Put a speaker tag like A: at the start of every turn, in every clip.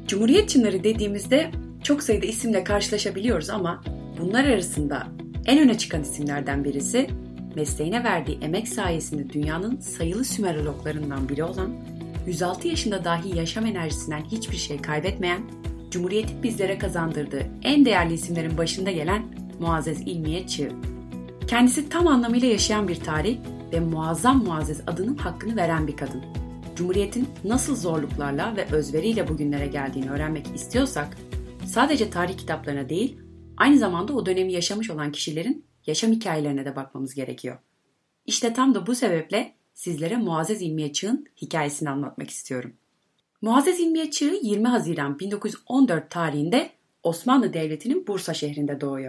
A: Cumhuriyet çınarı dediğimizde çok sayıda isimle karşılaşabiliyoruz ama bunlar arasında en öne çıkan isimlerden birisi, mesleğine verdiği emek sayesinde dünyanın sayılı Sümerologlarından biri olan, 106 yaşında dahi yaşam enerjisinden hiçbir şey kaybetmeyen, Cumhuriyet'in bizlere kazandırdığı en değerli isimlerin başında gelen Muazzez İlmiye Çığ. Kendisi tam anlamıyla yaşayan bir tarih ve Muazzam Muazzez adının hakkını veren bir kadın. Cumhuriyet'in nasıl zorluklarla ve özveriyle bugünlere geldiğini öğrenmek istiyorsak, sadece tarih kitaplarına değil, aynı zamanda o dönemi yaşamış olan kişilerin yaşam hikayelerine de bakmamız gerekiyor. İşte tam da bu sebeple sizlere Muazzez İlmiye Çığ'ın hikayesini anlatmak istiyorum. Muazzez İlmiye Çığ 20 Haziran 1914 tarihinde Osmanlı Devleti'nin Bursa şehrinde doğuyor.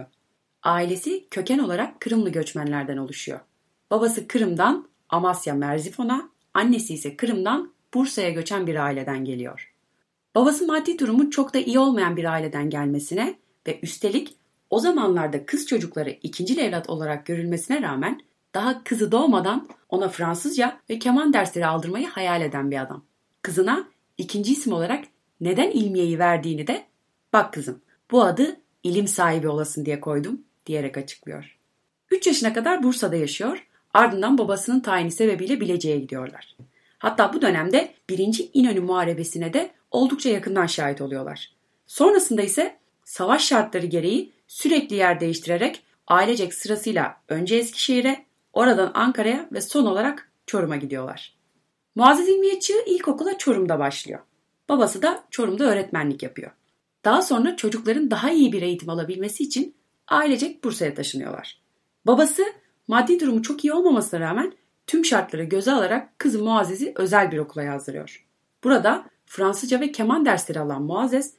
A: Ailesi köken olarak Kırımlı göçmenlerden oluşuyor. Babası Kırım'dan Amasya Merzifon'a, annesi ise Kırım'dan Bursa'ya göçen bir aileden geliyor. Babası maddi durumu çok da iyi olmayan bir aileden gelmesine ve üstelik o zamanlarda kız çocukları ikincil evlat olarak görülmesine rağmen daha kızı doğmadan ona Fransızca ve keman dersleri aldırmayı hayal eden bir adam. Kızına ikinci isim olarak neden İlmiye'yi verdiğini de "Bak kızım, bu adı ilim sahibi olasın diye koydum" diyerek açıklıyor. 3 yaşına kadar Bursa'da yaşıyor, ardından babasının tayini sebebiyle Bilecik'e gidiyorlar. Hatta bu dönemde 1. İnönü Muharebesi'ne de oldukça yakından şahit oluyorlar. Sonrasında ise savaş şartları gereği sürekli yer değiştirerek ailecek sırasıyla önce Eskişehir'e, oradan Ankara'ya ve son olarak Çorum'a gidiyorlar. Muazzez İlmiye Çığ ilkokula Çorum'da başlıyor. Babası da Çorum'da öğretmenlik yapıyor. Daha sonra çocukların daha iyi bir eğitim alabilmesi için ailecek Bursa'ya taşınıyorlar. Babası maddi durumu çok iyi olmamasına rağmen tüm şartları göze alarak kızı Muazzez'i özel bir okula yazdırıyor. Burada Fransızca ve keman dersleri alan Muazzez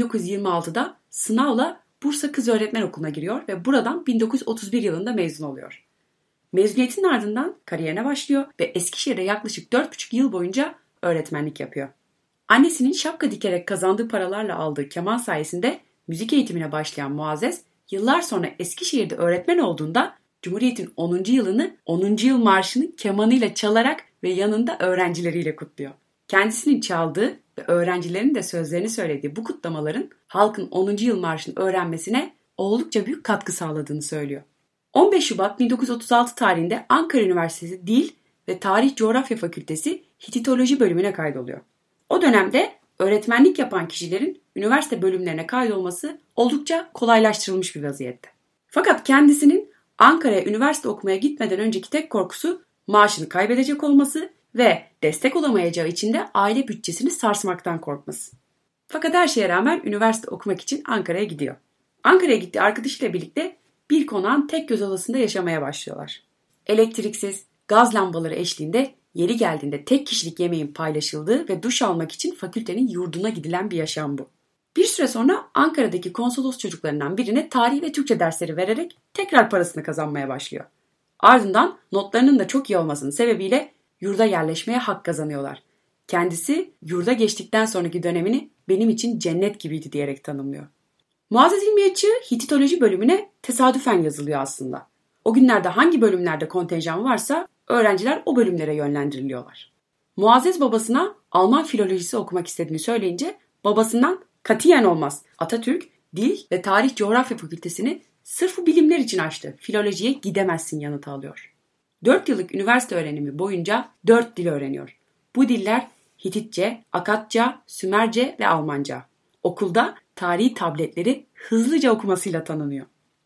A: 1926'da sınavla Bursa Kız Öğretmen Okulu'na giriyor ve buradan 1931 yılında mezun oluyor. Mezuniyetin ardından kariyerine başlıyor ve Eskişehir'de yaklaşık 4,5 yıl boyunca öğretmenlik yapıyor. Annesinin şapka dikerek kazandığı paralarla aldığı keman sayesinde müzik eğitimine başlayan Muazzez, yıllar sonra Eskişehir'de öğretmen olduğunda Cumhuriyet'in 10. yılını 10. yıl marşını kemanıyla çalarak ve yanında öğrencileriyle kutluyor. Kendisinin çaldığı ve öğrencilerin de sözlerini söylediği bu kutlamaların halkın 10. yıl marşını öğrenmesine oldukça büyük katkı sağladığını söylüyor. 15 Şubat 1936 tarihinde Ankara Üniversitesi Dil ve Tarih Coğrafya Fakültesi Hititoloji bölümüne kaydoluyor. O dönemde öğretmenlik yapan kişilerin üniversite bölümlerine kaydolması oldukça kolaylaştırılmış bir vaziyette. Fakat kendisinin Ankara'ya üniversite okumaya gitmeden önceki tek korkusu maaşını kaybedecek olması ve destek olamayacağı için de aile bütçesini sarsmaktan korkması. Fakat her şeye rağmen üniversite okumak için Ankara'ya gidiyor. Ankara'ya gittiği arkadaşıyla birlikte bir konağın tek göz odasında yaşamaya başlıyorlar. Elektriksiz, gaz lambaları eşliğinde yeri geldiğinde tek kişilik yemeğin paylaşıldığı ve duş almak için fakültenin yurduna gidilen bir yaşam bu. Bir süre sonra Ankara'daki konsolos çocuklarından birine tarih ve Türkçe dersleri vererek tekrar parasını kazanmaya başlıyor. Ardından notlarının da çok iyi olmasının sebebiyle yurda yerleşmeye hak kazanıyorlar. Kendisi yurda geçtikten sonraki dönemini benim için cennet gibiydi diyerek tanımlıyor. Muazzez İlmiye Çığ Hititoloji bölümüne tesadüfen yazılıyor aslında. O günlerde hangi bölümlerde kontenjan varsa öğrenciler o bölümlere yönlendiriliyorlar. Muazzez babasına Alman filolojisi okumak istediğini söyleyince babasından "Katiyen olmaz. Atatürk Dil ve Tarih Coğrafya Fakültesini sırf bu bilimler için açtı. Filolojiye gidemezsin" yanıtı alıyor. 4 yıllık üniversite öğrenimi boyunca 4 dil öğreniyor. Bu diller Hititçe, Akatça, Sümerce ve Almanca. Okulda tarihi tabletleri hızlıca okumasıyla tanınıyor.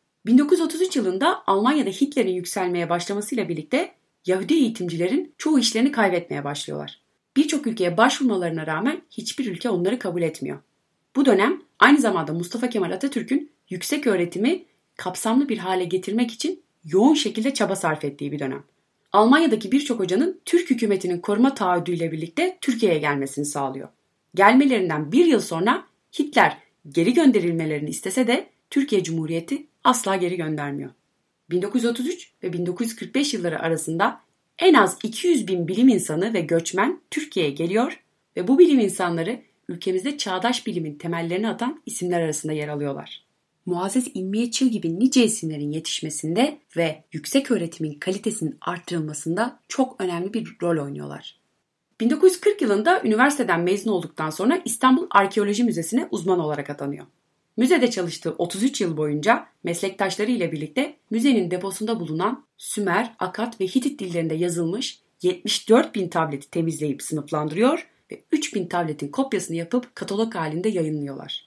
A: 1933 yılında Almanya'da Hitler'in yükselmeye başlamasıyla birlikte Yahudi eğitimcilerin çoğu işlerini kaybetmeye başlıyorlar. Birçok ülkeye başvurmalarına rağmen hiçbir ülke onları kabul etmiyor. Bu dönem aynı zamanda Mustafa Kemal Atatürk'ün yüksek öğretimi kapsamlı bir hale getirmek için yoğun şekilde çaba sarf ettiği bir dönem. Almanya'daki birçok hocanın Türk hükümetinin koruma taahhüdüyle birlikte Türkiye'ye gelmesini sağlıyor. Gelmelerinden bir yıl sonra Hitler geri gönderilmelerini istese de Türkiye Cumhuriyeti asla geri göndermiyor. 1933 ve 1945 yılları arasında en az 200 bin bilim insanı ve göçmen Türkiye'ye geliyor ve bu bilim insanları ülkemizde çağdaş bilimin temellerini atan isimler arasında yer alıyorlar. Muazzez İlmiye Çığ gibi nice isimlerin yetişmesinde ve yüksek öğretimin kalitesinin arttırılmasında çok önemli bir rol oynuyorlar. 1940 yılında üniversiteden mezun olduktan sonra İstanbul Arkeoloji Müzesi'ne uzman olarak atanıyor. Müzede çalıştığı 33 yıl boyunca meslektaşları ile birlikte müzenin deposunda bulunan Sümer, Akat ve Hitit dillerinde yazılmış 74 bin tableti temizleyip sınıflandırıyor ve 3 bin tabletin kopyasını yapıp katalog halinde yayınlıyorlar.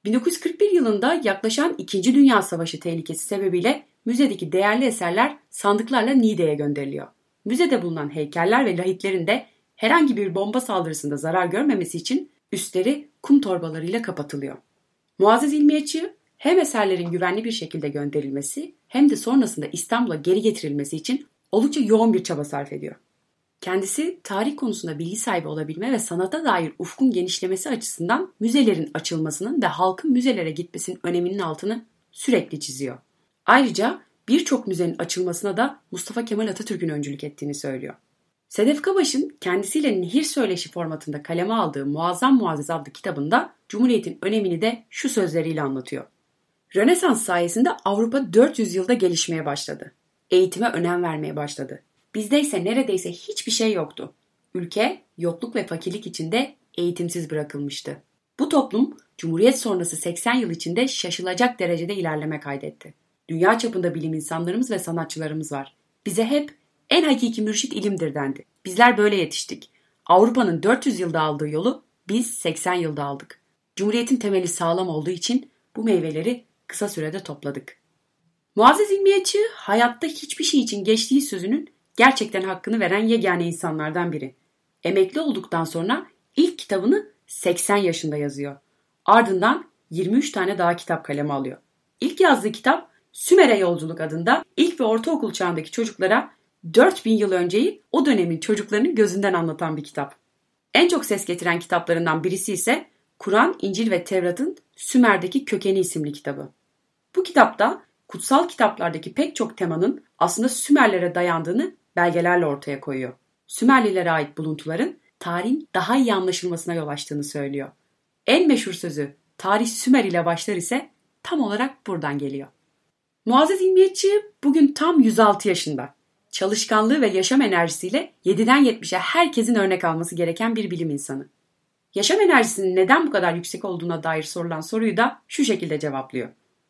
A: 1941 yılında yaklaşan 2. Dünya Savaşı tehlikesi sebebiyle müzedeki değerli eserler sandıklarla Niğde'ye gönderiliyor. Müzede bulunan heykeller ve lahitlerin de herhangi bir bomba saldırısında zarar görmemesi için üstleri kum torbalarıyla kapatılıyor. Muazzez İlmiyeçi hem eserlerin güvenli bir şekilde gönderilmesi hem de sonrasında İstanbul'a geri getirilmesi için oldukça yoğun bir çaba sarf ediyor. Kendisi tarih konusunda bilgi sahibi olabilme ve sanata dair ufkun genişlemesi açısından müzelerin açılmasının ve halkın müzelere gitmesinin öneminin altını sürekli çiziyor. Ayrıca birçok müzenin açılmasına da Mustafa Kemal Atatürk'ün öncülük ettiğini söylüyor. Sedef Kabaş'ın kendisiyle Nehir Söyleşi formatında kaleme aldığı Muazzam Muazzez adlı kitabında Cumhuriyet'in önemini de şu sözleriyle anlatıyor. Rönesans sayesinde Avrupa 400 yılda gelişmeye başladı. Eğitime önem vermeye başladı. Bizde ise neredeyse hiçbir şey yoktu. Ülke yokluk ve fakirlik içinde eğitimsiz bırakılmıştı. Bu toplum Cumhuriyet sonrası 80 yıl içinde şaşılacak derecede ilerleme kaydetti. Dünya çapında bilim insanlarımız ve sanatçılarımız var. Bize hep en hakiki mürşit ilimdir dendi. Bizler böyle yetiştik. Avrupa'nın 400 yılda aldığı yolu biz 80 yılda aldık. Cumhuriyetin temeli sağlam olduğu için bu meyveleri kısa sürede topladık. Muazzez İlmiyeçi hayatta hiçbir şey için geçtiği sözünün gerçekten hakkını veren yegane insanlardan biri. Emekli olduktan sonra ilk kitabını 80 yaşında yazıyor. Ardından 23 tane daha kitap kaleme alıyor. İlk yazdığı kitap Sümer'e Yolculuk adında ilk ve ortaokul çağındaki çocuklara 4000 yıl önceyi o dönemin çocuklarının gözünden anlatan bir kitap. En çok ses getiren kitaplarından birisi ise Kur'an, İncil ve Tevrat'ın Sümer'deki Kökeni isimli kitabı. Bu kitapta kutsal kitaplardaki pek çok temanın aslında Sümerlere dayandığını belgelerle ortaya koyuyor. Sümerlilere ait buluntuların tarihin daha iyi anlaşılmasına yol açtığını söylüyor. En meşhur sözü "Tarih Sümer ile başlar" ise tam olarak buradan geliyor. Muazzez İlmiyeçi bugün tam 106 yaşında. Çalışkanlığı ve yaşam enerjisiyle 7'den 70'e herkesin örnek alması gereken bir bilim insanı. Yaşam enerjisinin neden bu kadar yüksek olduğuna dair sorulan soruyu da şu şekilde cevaplıyor.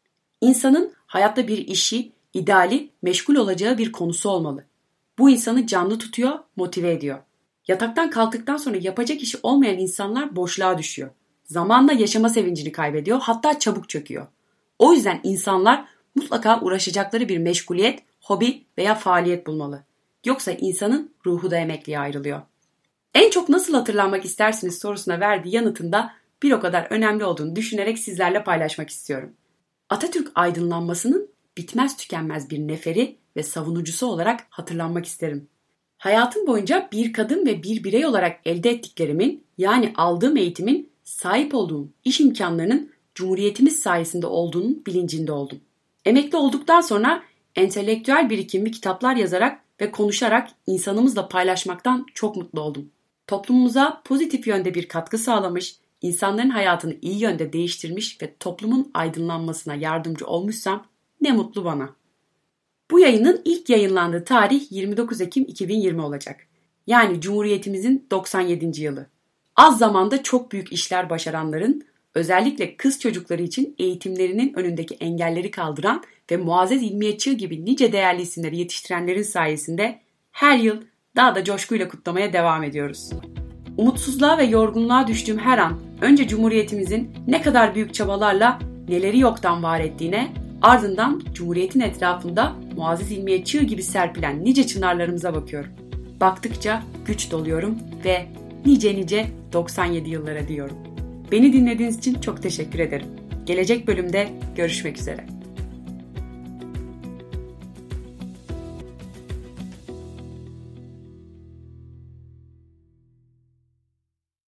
A: İnsanın hayatta bir işi, ideali, meşgul olacağı bir konusu olmalı. Bu insanı canlı tutuyor, motive ediyor. Yataktan kalktıktan sonra yapacak işi olmayan insanlar boşluğa düşüyor. Zamanla yaşama sevincini kaybediyor, hatta çabuk çöküyor. O yüzden insanlar mutlaka uğraşacakları bir meşguliyet, hobi veya faaliyet bulmalı. Yoksa insanın ruhu da emekliye ayrılıyor. En çok nasıl hatırlanmak istersiniz sorusuna verdiği yanıtında bir o kadar önemli olduğunu düşünerek sizlerle paylaşmak istiyorum. Atatürk aydınlanmasının bitmez tükenmez bir neferi ve savunucusu olarak hatırlanmak isterim. Hayatım boyunca bir kadın ve bir birey olarak elde ettiklerimin, yani aldığım eğitimin, sahip olduğum iş imkanlarının Cumhuriyetimiz sayesinde olduğunun bilincinde oldum. Emekli olduktan sonra entelektüel birikimli kitaplar yazarak ve konuşarak insanımızla paylaşmaktan çok mutlu oldum. Toplumumuza pozitif yönde bir katkı sağlamış, insanların hayatını iyi yönde değiştirmiş ve toplumun aydınlanmasına yardımcı olmuşsam ne mutlu bana. Bu yayının ilk yayınlandığı tarih 29 Ekim 2020 olacak. Yani Cumhuriyetimizin 97. yılı. Az zamanda çok büyük işler başaranların, özellikle kız çocukları için eğitimlerinin önündeki engelleri kaldıran ve Muazzez İlmiyeçi gibi nice değerli isimleri yetiştirenlerin sayesinde her yıl daha da coşkuyla kutlamaya devam ediyoruz. Umutsuzluğa ve yorgunluğa düştüğüm her an önce Cumhuriyetimizin ne kadar büyük çabalarla neleri yoktan var ettiğine, ardından Cumhuriyet'in etrafında Muazzez İlmiyeçi gibi serpilen nice çınarlarımıza bakıyorum. Baktıkça güç doluyorum ve nice 97 yıllara diyorum. Beni dinlediğiniz için çok teşekkür ederim. Gelecek bölümde görüşmek üzere.